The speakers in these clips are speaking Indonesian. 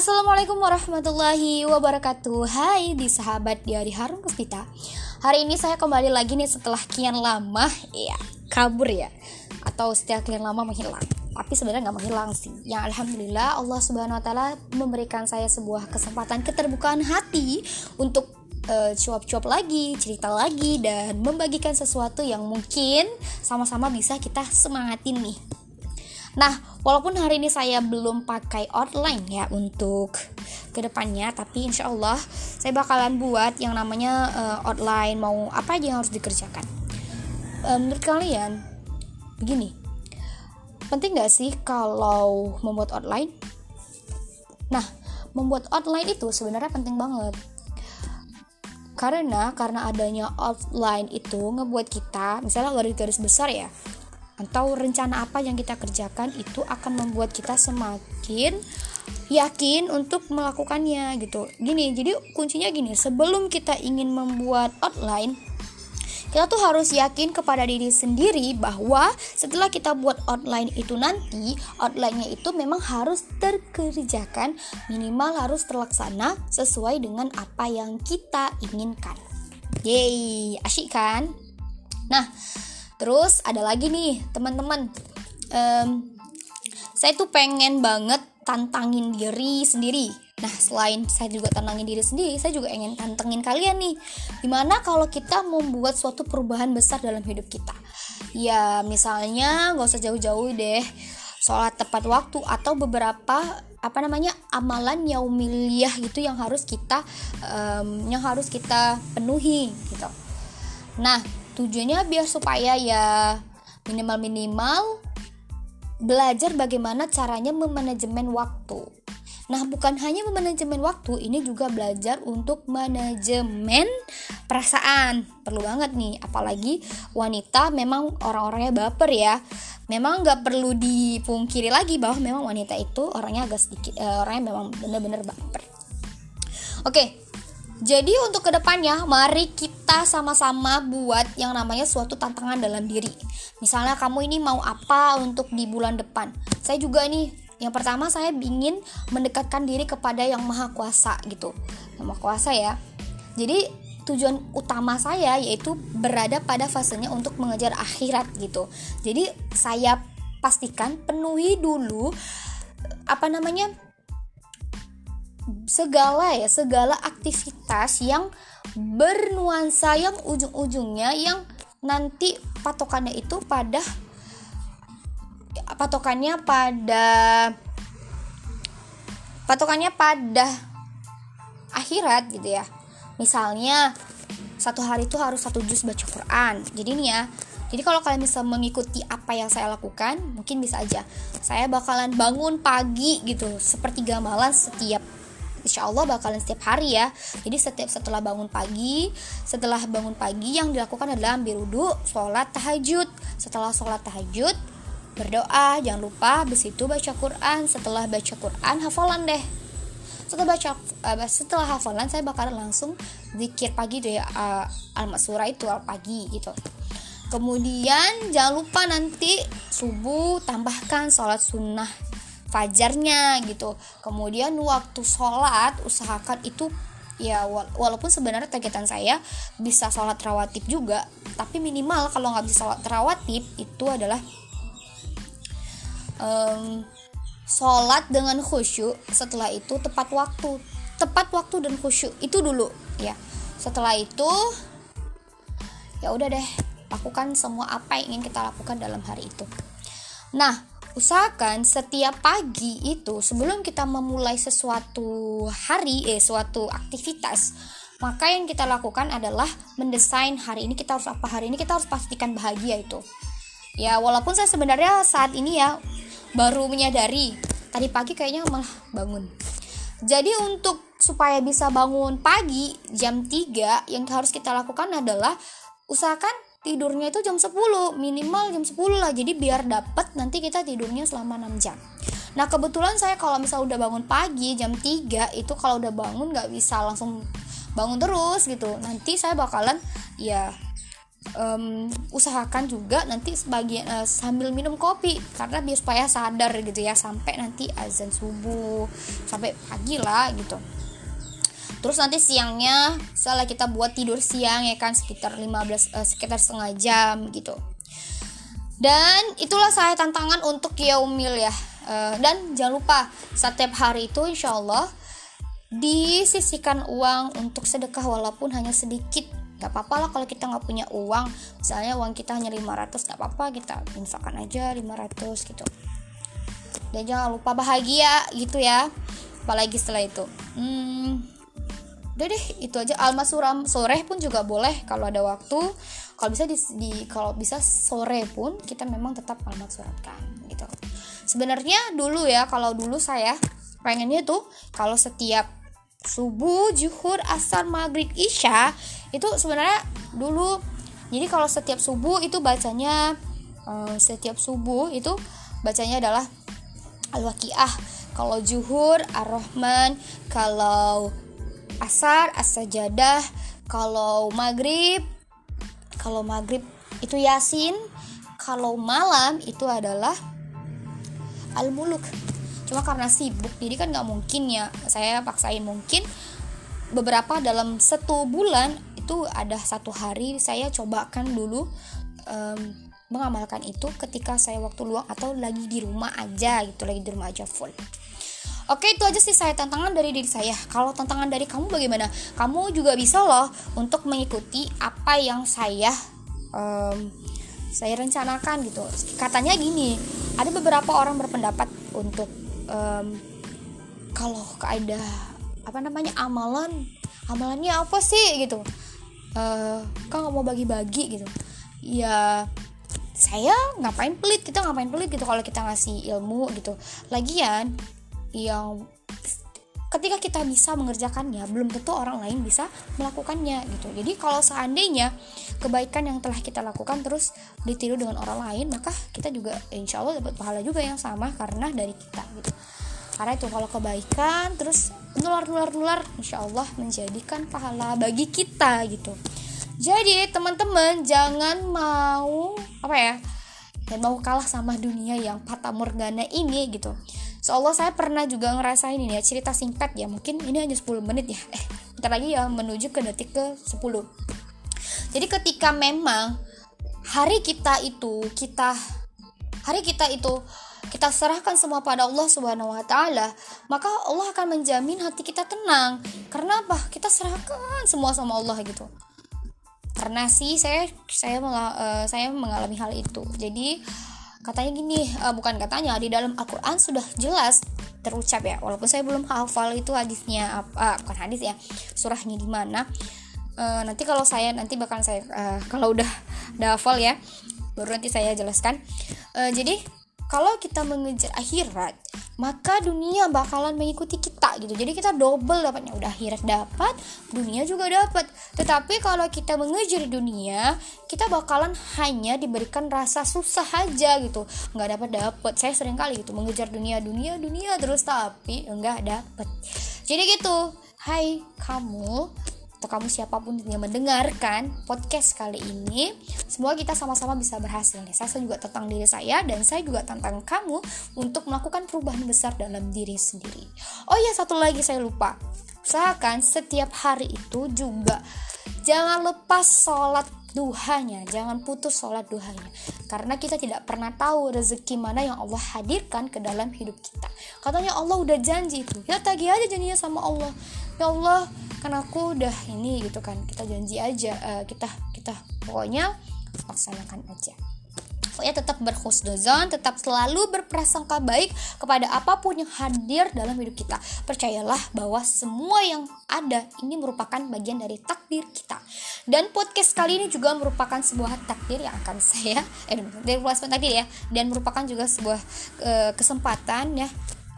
Assalamualaikum warahmatullahi wabarakatuh. Hai di sahabat Diari Harun Puspita. Hari ini saya kembali lagi nih setelah kian lama kabur ya, atau setelah kian lama menghilang. Tapi sebenarnya nggak menghilang sih. Yang alhamdulillah Allah Subhanahu Wa Taala memberikan saya sebuah kesempatan keterbukaan hati untuk cuap-cuap lagi, cerita lagi, dan membagikan sesuatu yang mungkin sama-sama bisa kita semangatin nih. Nah, walaupun hari ini saya belum pakai outline ya untuk kedepannya, tapi insya Allah saya bakalan buat yang namanya outline, mau apa aja yang harus dikerjakan. Menurut kalian, begini, penting gak sih kalau membuat outline? Nah, membuat outline itu sebenarnya penting banget. Karena adanya outline itu ngebuat kita, misalnya garis besar ya, atau rencana apa yang kita kerjakan itu akan membuat kita semakin yakin untuk melakukannya gitu. Jadi kuncinya gini, sebelum kita ingin membuat outline, kita tuh harus yakin kepada diri sendiri bahwa setelah kita buat outline itu nanti, outline-nya itu memang harus terkerjakan, minimal harus terlaksana sesuai dengan apa yang kita inginkan. Yeay, asyik kan? Nah, terus ada lagi nih teman-teman, saya tuh pengen banget tantangin diri sendiri. Nah, selain saya juga tantangin diri sendiri, saya juga ingin tantangin kalian nih. Gimana kalau kita membuat suatu perubahan besar dalam hidup kita? Ya misalnya gak usah jauh-jauh deh, sholat tepat waktu atau beberapa amalan yaumiliyah gitu yang harus kita penuhi gitu. Nah, tujuannya biar supaya ya minimal belajar bagaimana caranya memanajemen waktu. Nah, bukan hanya memanajemen waktu, ini juga belajar untuk manajemen perasaan. Perlu banget nih, apalagi wanita memang orang-orangnya baper ya. Memang gak perlu dipungkiri lagi bahwa memang wanita itu orangnya memang benar-benar baper. Oke. Jadi untuk kedepannya, mari kita sama-sama buat yang namanya suatu tantangan dalam diri. Misalnya kamu ini mau apa untuk di bulan depan. Saya juga nih, yang pertama saya ingin mendekatkan diri kepada yang maha kuasa gitu. Yang maha kuasa ya. Jadi tujuan utama saya yaitu berada pada fasenya untuk mengejar akhirat gitu. Jadi saya pastikan penuhi dulu segala aktivitas yang bernuansa, yang ujung-ujungnya yang nanti patokannya pada akhirat gitu ya. Misalnya satu hari itu harus 1 juz baca Quran. Jadi kalau kalian bisa mengikuti apa yang saya lakukan, mungkin bisa aja saya bakalan bangun pagi gitu, sepertiga malam Insya Allah bakalan setiap hari ya. Jadi setelah bangun pagi yang dilakukan adalah ambil wudu, sholat tahajud. Setelah sholat tahajud, berdoa, jangan lupa. Habis itu baca Quran. Setelah baca Quran, hafalan deh. Setelah hafalan, saya bakalan langsung zikir pagi deh, al-maksura itu pagi gitu. Kemudian jangan lupa nanti subuh tambahkan sholat sunnah fajarnya gitu. Kemudian waktu sholat usahakan itu ya, walaupun sebenarnya targetan saya bisa sholat rawatib juga, tapi minimal kalau nggak bisa sholat rawatib itu adalah sholat dengan khusyuk. Setelah itu tepat waktu dan khusyuk itu dulu ya. Setelah itu ya udah deh, lakukan semua apa yang ingin kita lakukan dalam hari itu. Nah, usahakan setiap pagi itu sebelum kita memulai suatu aktivitas, maka yang kita lakukan adalah mendesain hari ini kita harus apa, hari ini kita harus pastikan bahagia itu. Ya, walaupun saya sebenarnya saat ini ya baru menyadari, tadi pagi kayaknya malah bangun. Jadi untuk supaya bisa bangun pagi jam 3, yang harus kita lakukan adalah usahakan tidurnya itu jam 10, minimal jam 10 lah. Jadi biar dapat nanti kita tidurnya selama 6 jam. Nah, kebetulan saya kalau misal udah bangun pagi jam 3 itu, kalau udah bangun gak bisa langsung bangun terus gitu. Nanti saya bakalan ya usahakan juga nanti sebagian sambil minum kopi, karena biar supaya sadar gitu ya, sampai nanti azan subuh, sampai pagi lah gitu. Terus nanti siangnya setelah kita buat tidur siang ya kan, sekitar setengah jam gitu. Dan itulah saya tantangan untuk yaumil ya. Dan jangan lupa setiap hari itu insyaallah disisihkan uang untuk sedekah walaupun hanya sedikit. Gak apa-apa lah kalau kita gak punya uang, misalnya uang kita hanya 500, gak apa-apa, kita infakkan aja 500 gitu. Dan jangan lupa bahagia gitu ya, apalagi setelah itu. Udah deh, itu aja. Al-Masuram sore pun juga boleh kalau ada waktu. Kalau bisa kalau bisa sore pun kita memang tetap al-masuratkan gitu. Sebenarnya dulu ya, kalau dulu saya pengennya tuh kalau setiap subuh, zuhur, asar, maghrib, isya itu sebenarnya dulu. Jadi kalau setiap subuh itu bacanya adalah Al-Waqiah. Kalau zuhur Ar-Rahman, kalau asar As-Sajadah, kalau maghrib itu Yasin, kalau malam itu adalah Al-Muluk. Cuma karena sibuk jadi kan nggak mungkin ya saya paksain. Mungkin beberapa dalam 1 bulan itu ada 1 hari saya cobakan dulu mengamalkan itu ketika saya waktu luang atau lagi di rumah aja gitu, lagi di rumah aja full. Oke, itu aja sih saya tantangan dari diri saya. Kalau tantangan dari kamu bagaimana? Kamu juga bisa loh untuk mengikuti apa yang saya rencanakan gitu. Katanya gini, ada beberapa orang berpendapat untuk kalau ada amalannya apa sih gitu, kan nggak mau bagi-bagi gitu ya. Saya kita ngapain pelit gitu kalau kita ngasih ilmu gitu. Lagian yang ketika kita bisa mengerjakannya belum tentu orang lain bisa melakukannya gitu. Jadi kalau seandainya kebaikan yang telah kita lakukan terus ditiru dengan orang lain, maka kita juga insya Allah dapat pahala juga yang sama karena dari kita gitu. Karena itu kalau kebaikan terus nular insya Allah menjadikan pahala bagi kita gitu. Jadi teman-teman jangan mau kalah sama dunia yang fata morgana ini gitu. Soalnya saya pernah juga ngerasain ini ya, cerita singkat ya, mungkin ini hanya 10 menit ya. Bentar lagi ya menuju ke detik ke 10. Jadi ketika memang hari kita itu kita serahkan semua pada Allah Subhanahu wa taala, maka Allah akan menjamin hati kita tenang. Karena apa? Kita serahkan semua sama Allah gitu. Karena sih saya mengalami hal itu. Jadi katanya gini, bukan katanya, di dalam Al-Quran sudah jelas terucap ya, walaupun saya belum hafal itu hadisnya bukan hadis ya, surahnya di mana. Nanti kalau kalau udah hafal ya baru nanti saya jelaskan. Jadi kalau kita mengejar akhirat, maka dunia bakalan mengikuti kita gitu. Jadi kita double dapatnya, udah akhirat dapat, dunia juga dapat. Tetapi kalau kita mengejar dunia, kita bakalan hanya diberikan rasa susah aja gitu, nggak dapat. Saya sering kali gitu mengejar dunia terus tapi nggak dapat. Jadi gitu. Hai kamu, atau kamu siapapun yang mendengarkan podcast kali ini, semoga kita sama-sama bisa berhasil. Saya juga tantang diri saya dan saya juga tantang kamu untuk melakukan perubahan besar dalam diri sendiri. Oh ya, satu lagi saya lupa. Usahakan setiap hari itu juga jangan lepas sholat duhanya, jangan putus sholat duhanya, karena kita tidak pernah tahu rezeki mana yang Allah hadirkan ke dalam hidup kita. Katanya Allah udah janji itu, ya tagih aja janjinya sama Allah. Ya Allah, kan aku udah ini gitu kan, kita janji aja, kita pokoknya laksanakan aja. Pokoknya tetap berhusnuzon, tetap selalu berprasangka baik kepada apapun yang hadir dalam hidup kita. Percayalah bahwa semua yang ada ini merupakan bagian dari takdir kita. Dan podcast kali ini juga merupakan sebuah takdir yang akan saya takdir ya, dan merupakan juga sebuah kesempatan ya.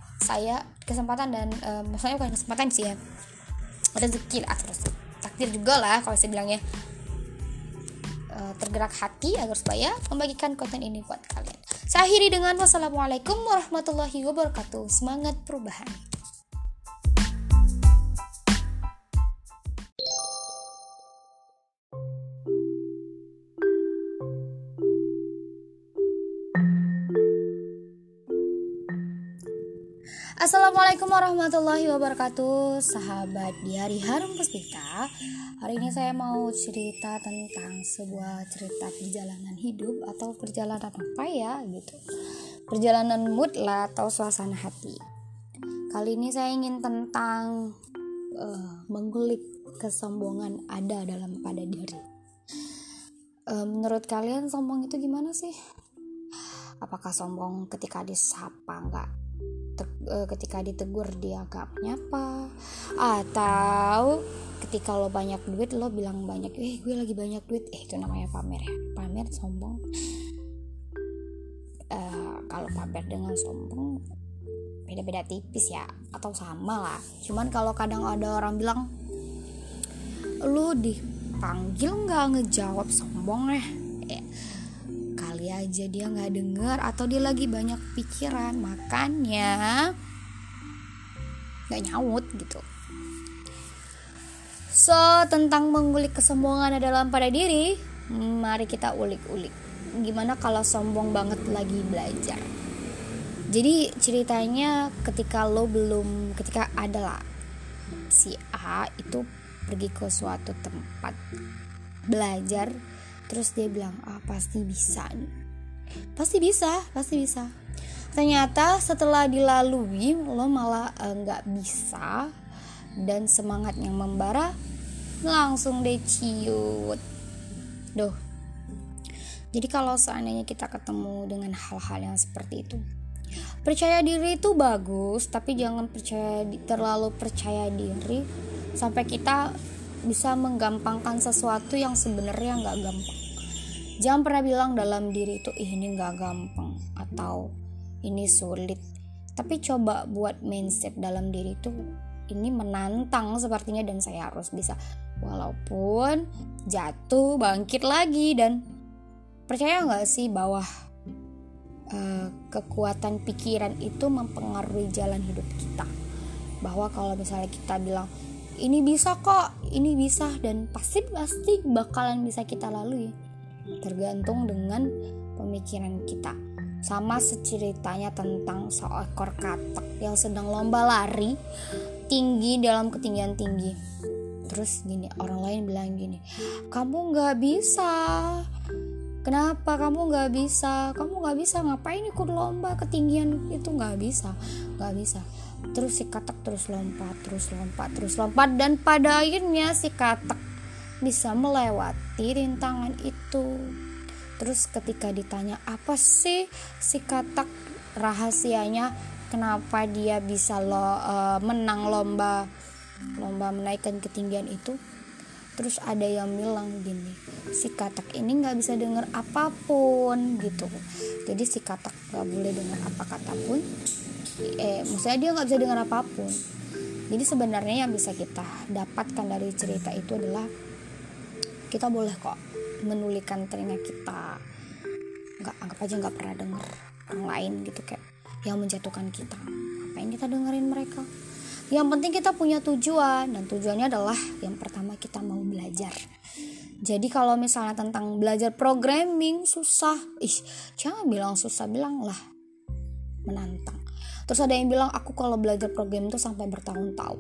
Maksudnya bukan kesempatan sih ya, rezeki lah, terus takdir juga lah kalau saya bilangnya. Tergerak hati agar supaya membagikan konten ini buat kalian. Saya akhiri dengan wassalamualaikum warahmatullahi wabarakatuh. Semangat perubahan. Assalamualaikum warahmatullahi wabarakatuh, sahabat di hari harum puspita. Hari ini saya mau cerita tentang sebuah cerita perjalanan hidup atau perjalanan apa ya gitu. Perjalanan mood lah atau suasana hati. Kali ini saya ingin tentang mengulik kesombongan ada dalam pada diri. Menurut kalian sombong itu gimana sih? Apakah sombong ketika disapa ketika ditegur dia gak menyapa, atau ketika lo banyak duit lo bilang banyak, gue lagi banyak duit, itu namanya pamer ya. Pamer sombong. Kalau pamer dengan sombong beda-beda tipis ya, atau sama lah. Cuman kalau kadang ada orang bilang lu dipanggil nggak ngejawab, sombong kali aja dia nggak dengar atau dia lagi banyak pikiran, makanya nggak nyaut gitu. So, tentang mengulik kesombongan dalam pada diri, mari kita ulik-ulik. Gimana kalau sombong banget lagi belajar? Jadi ceritanya ketika adalah si A itu pergi ke suatu tempat belajar, terus dia bilang, pasti bisa nih, pasti bisa. Ternyata setelah dilalui lo malah nggak bisa, dan semangatnya membara, langsung deh ciut. Jadi kalau seandainya kita ketemu dengan hal-hal yang seperti itu, percaya diri itu bagus, tapi jangan terlalu percaya diri sampai kita bisa menggampangkan sesuatu yang sebenarnya nggak gampang. Jangan pernah bilang dalam diri itu ini nggak gampang atau ini sulit, tapi coba buat mindset dalam diri itu ini menantang sepertinya dan saya harus bisa, walaupun jatuh bangkit lagi. Dan percaya nggak sih bahwa kekuatan pikiran itu mempengaruhi jalan hidup kita, bahwa kalau misalnya kita bilang ini bisa kok, ini bisa, dan pasti bakalan bisa kita lalui, tergantung dengan pemikiran kita. Sama seceritanya tentang seekor katak yang sedang lomba lari tinggi dalam ketinggian tinggi. Terus gini, orang lain bilang gini, kamu gak bisa. Kenapa kamu gak bisa? Kamu gak bisa, ngapain ikut lomba ketinggian itu? Gak bisa. Terus si katak terus lompat, dan pada akhirnya si katak bisa melewati rintangan itu. Terus ketika ditanya apa sih si katak rahasianya kenapa dia bisa menang lomba menaikkan ketinggian itu, terus ada yang bilang gini, si katak ini nggak bisa dengar apapun gitu. Jadi si katak nggak boleh dengar apa kata pun. Maksudnya dia nggak bisa dengar apapun. Jadi sebenarnya yang bisa kita dapatkan dari cerita itu adalah kita boleh kok menulikan telinga kita, anggap aja nggak pernah dengar orang lain gitu, kayak yang menjatuhkan kita. Ngapain kita dengerin mereka? Yang penting kita punya tujuan, dan tujuannya adalah yang pertama kita mau belajar. Jadi kalau misalnya tentang belajar programming susah, jangan bilang susah, bilanglah menantang. Terus ada yang bilang aku kalau belajar programming itu sampai bertahun-tahun.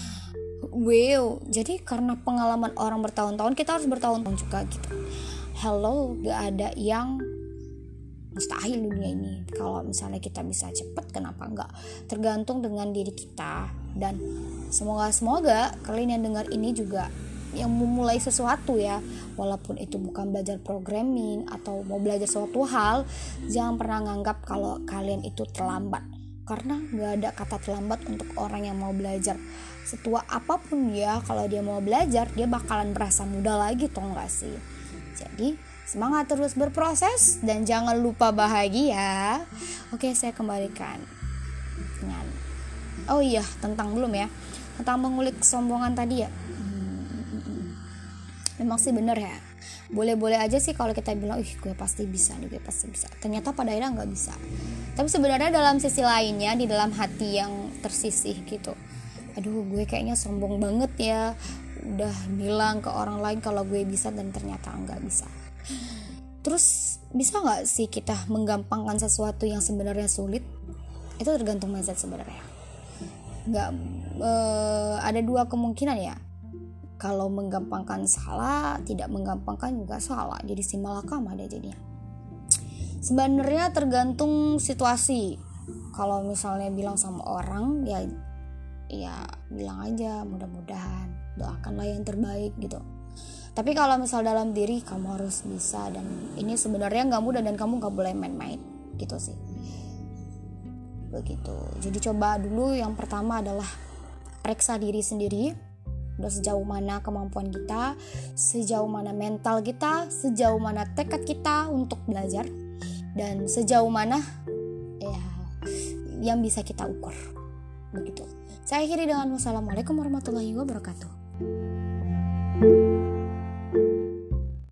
Jadi karena pengalaman orang bertahun-tahun, kita harus bertahun-tahun juga gitu. Hello, gak ada yang mustahil dunia ini. Kalau misalnya kita bisa cepat, kenapa enggak? Tergantung dengan diri kita. Dan semoga kalian yang dengar ini juga yang memulai sesuatu ya, walaupun itu bukan belajar programming atau mau belajar suatu hal, jangan pernah nganggap kalau kalian itu terlambat, karena gak ada kata terlambat untuk orang yang mau belajar. Setua apapun dia, kalau dia mau belajar, dia bakalan berasa muda lagi, tau gak sih? Jadi semangat terus berproses dan jangan lupa bahagia. Oke, saya kembalikan dengan tentang mengulik kesombongan tadi ya. Memang sih bener ya, boleh-boleh aja sih kalau kita bilang gue pasti bisa, ternyata pada akhirnya nggak bisa. Tapi sebenarnya dalam sisi lainnya, di dalam hati yang tersisih gitu, aduh gue kayaknya sombong banget ya, udah bilang ke orang lain kalau gue bisa dan ternyata nggak bisa. Terus bisa nggak sih kita menggampangkan sesuatu yang sebenarnya sulit? Itu tergantung mindset sebenarnya. nggak ada dua kemungkinan ya. Kalau menggampangkan salah, tidak menggampangkan juga salah. Jadi si malakama deh jadinya. Sebenarnya tergantung situasi. Kalau misalnya bilang sama orang ya bilang aja mudah-mudahan, doakanlah yang terbaik gitu. Tapi kalau misal dalam diri kamu harus bisa, dan ini sebenarnya nggak mudah dan kamu nggak boleh main-main gitu sih. Begitu. Jadi coba dulu yang pertama adalah periksa diri sendiri. Udah sejauh mana kemampuan kita, sejauh mana mental kita, sejauh mana tekad kita untuk belajar, dan sejauh mana ya yang bisa kita ukur. Begitu. Saya akhiri dengan wassalamualaikum warahmatullahi wabarakatuh.